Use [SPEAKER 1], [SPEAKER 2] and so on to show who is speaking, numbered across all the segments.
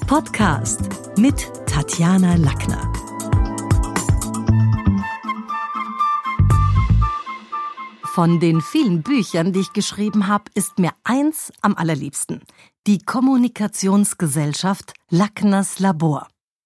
[SPEAKER 1] Podcast mit Tatjana Lackner. Von den vielen Büchern, die ich geschrieben habe, ist mir eins am allerliebsten: die Kommunikationsgesellschaft Lackners Labor.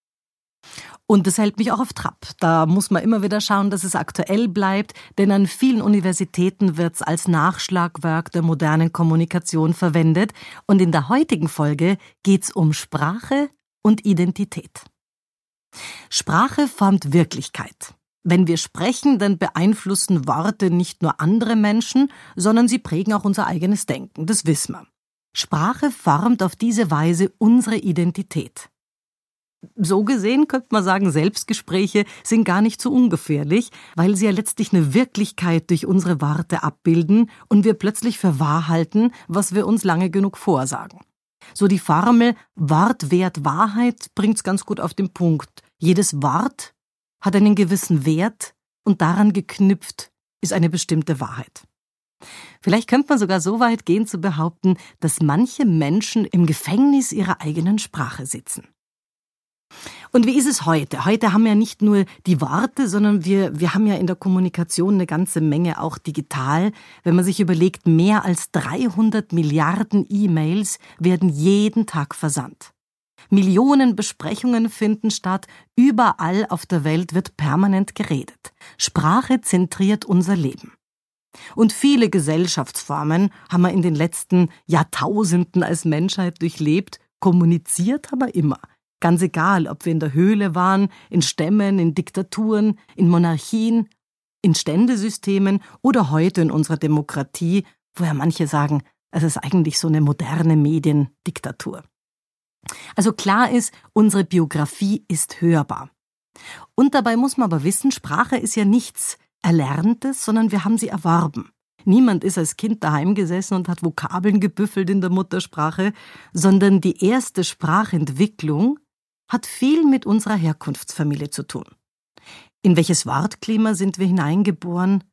[SPEAKER 1] Und das hält mich auch auf Trab. Da muss man immer wieder schauen, dass es aktuell bleibt, denn an vielen Universitäten wird es als Nachschlagwerk der modernen Kommunikation verwendet. Und in der heutigen Folge geht es um Sprache und Identität. Sprache formt Wirklichkeit. Wenn wir sprechen, dann beeinflussen Worte nicht nur andere Menschen, sondern sie prägen auch unser eigenes Denken. Das wissen wir. Sprache formt auf diese Weise unsere Identität. So gesehen könnte man sagen, Selbstgespräche sind gar nicht so ungefährlich, weil sie ja letztlich eine Wirklichkeit durch unsere Worte abbilden und wir plötzlich für wahr halten, was wir uns lange genug vorsagen. So die Formel Wort wert Wahrheit bringt's ganz gut auf den Punkt. Jedes Wort hat einen gewissen Wert und daran geknüpft ist eine bestimmte Wahrheit. Vielleicht könnte man sogar so weit gehen zu behaupten, dass manche Menschen im Gefängnis ihrer eigenen Sprache sitzen. Und wie ist es heute? Heute haben wir ja nicht nur die Worte, sondern wir haben ja in der Kommunikation eine ganze Menge auch digital. Wenn man sich überlegt, mehr als 300 Milliarden E-Mails werden jeden Tag versandt. Millionen Besprechungen finden statt, überall auf der Welt wird permanent geredet. Sprache zentriert unser Leben. Und viele Gesellschaftsformen haben wir in den letzten Jahrtausenden als Menschheit durchlebt, kommuniziert haben wir immer. Ganz egal, ob wir in der Höhle waren, in Stämmen, in Diktaturen, in Monarchien, in Ständesystemen oder heute in unserer Demokratie, wo ja manche sagen, es ist eigentlich so eine moderne Mediendiktatur. Also klar ist, unsere Biografie ist hörbar. Und dabei muss man aber wissen, Sprache ist ja nichts Erlerntes, sondern wir haben sie erworben. Niemand ist als Kind daheim gesessen und hat Vokabeln gebüffelt in der Muttersprache, sondern die erste Sprachentwicklung hat viel mit unserer Herkunftsfamilie zu tun. In welches Wortklima sind wir hineingeboren?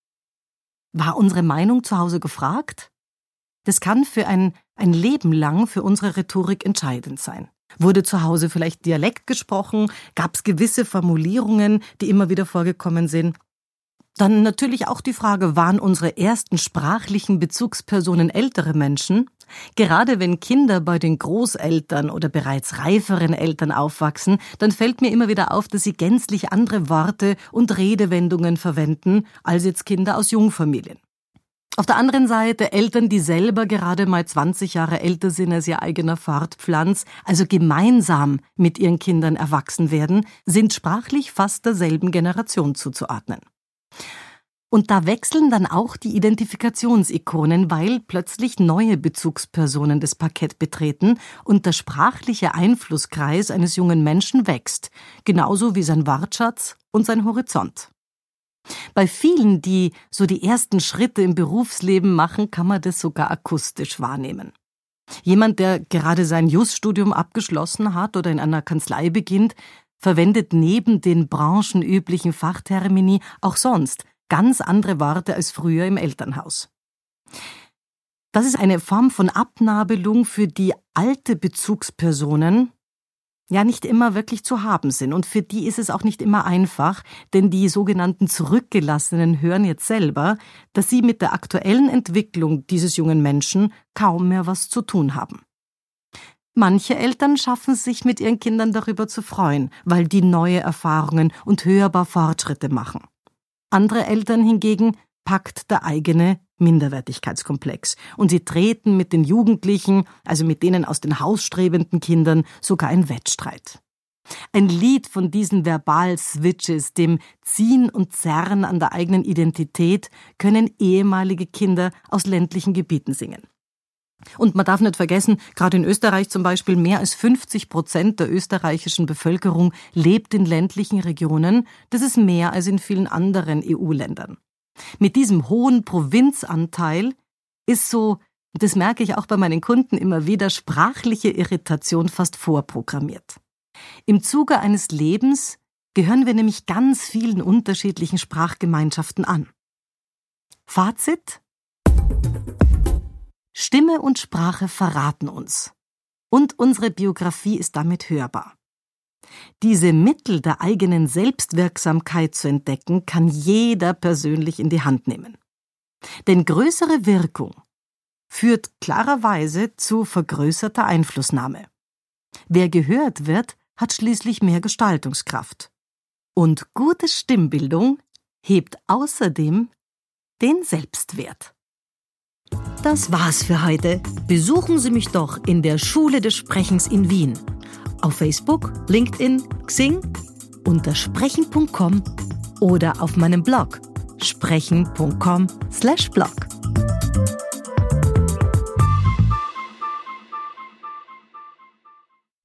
[SPEAKER 1] War unsere Meinung zu Hause gefragt? Das kann für ein Leben lang für unsere Rhetorik entscheidend sein. Wurde zu Hause vielleicht Dialekt gesprochen? Gab es gewisse Formulierungen, die immer wieder vorgekommen sind? Dann natürlich auch die Frage, waren unsere ersten sprachlichen Bezugspersonen ältere Menschen? Gerade wenn Kinder bei den Großeltern oder bereits reiferen Eltern aufwachsen, dann fällt mir immer wieder auf, dass sie gänzlich andere Worte und Redewendungen verwenden als jetzt Kinder aus Jungfamilien. Auf der anderen Seite Eltern, die selber gerade mal 20 Jahre älter sind als ihr eigener Fortpflanz, also gemeinsam mit ihren Kindern erwachsen werden, sind sprachlich fast derselben Generation zuzuordnen. Und da wechseln dann auch die Identifikationsikonen, weil plötzlich neue Bezugspersonen das Parkett betreten und der sprachliche Einflusskreis eines jungen Menschen wächst, genauso wie sein Wortschatz und sein Horizont. Bei vielen, die so die ersten Schritte im Berufsleben machen, kann man das sogar akustisch wahrnehmen. Jemand, der gerade sein Jus-Studium abgeschlossen hat oder in einer Kanzlei beginnt, verwendet neben den branchenüblichen Fachtermini auch sonst ganz andere Worte als früher im Elternhaus. Das ist eine Form von Abnabelung, für die alte Bezugspersonen ja nicht immer wirklich zu haben sind. Und für die ist es auch nicht immer einfach, denn die sogenannten Zurückgelassenen hören jetzt selber, dass sie mit der aktuellen Entwicklung dieses jungen Menschen kaum mehr was zu tun haben. Manche Eltern schaffen es sich mit ihren Kindern darüber zu freuen, weil die neue Erfahrungen und hörbar Fortschritte machen. Andere Eltern hingegen packt der eigene Minderwertigkeitskomplex und sie treten mit den Jugendlichen, also mit denen aus den hausstrebenden Kindern, sogar in Wettstreit. Ein Lied von diesen Verbal-Switches, dem Ziehen und Zerren an der eigenen Identität, können ehemalige Kinder aus ländlichen Gebieten singen. Und man darf nicht vergessen, gerade in Österreich zum Beispiel, mehr als 50% der österreichischen Bevölkerung lebt in ländlichen Regionen. Das ist mehr als in vielen anderen EU-Ländern. Mit diesem hohen Provinzanteil ist so, das merke ich auch bei meinen Kunden immer wieder, sprachliche Irritation fast vorprogrammiert. Im Zuge eines Lebens gehören wir nämlich ganz vielen unterschiedlichen Sprachgemeinschaften an. Fazit: Stimme und Sprache verraten uns. und unsere Biografie ist damit hörbar. Diese Mittel der eigenen Selbstwirksamkeit zu entdecken, kann jeder persönlich in die Hand nehmen. Denn größere Wirkung führt klarerweise zu vergrößerter Einflussnahme. Wer gehört wird, hat schließlich mehr Gestaltungskraft. Und gute Stimmbildung hebt außerdem den Selbstwert. Das war's für heute. Besuchen Sie mich doch in der Schule des Sprechens in Wien. Auf Facebook, LinkedIn, Xing, unter sprechen.com oder auf meinem Blog sprechen.com/blog.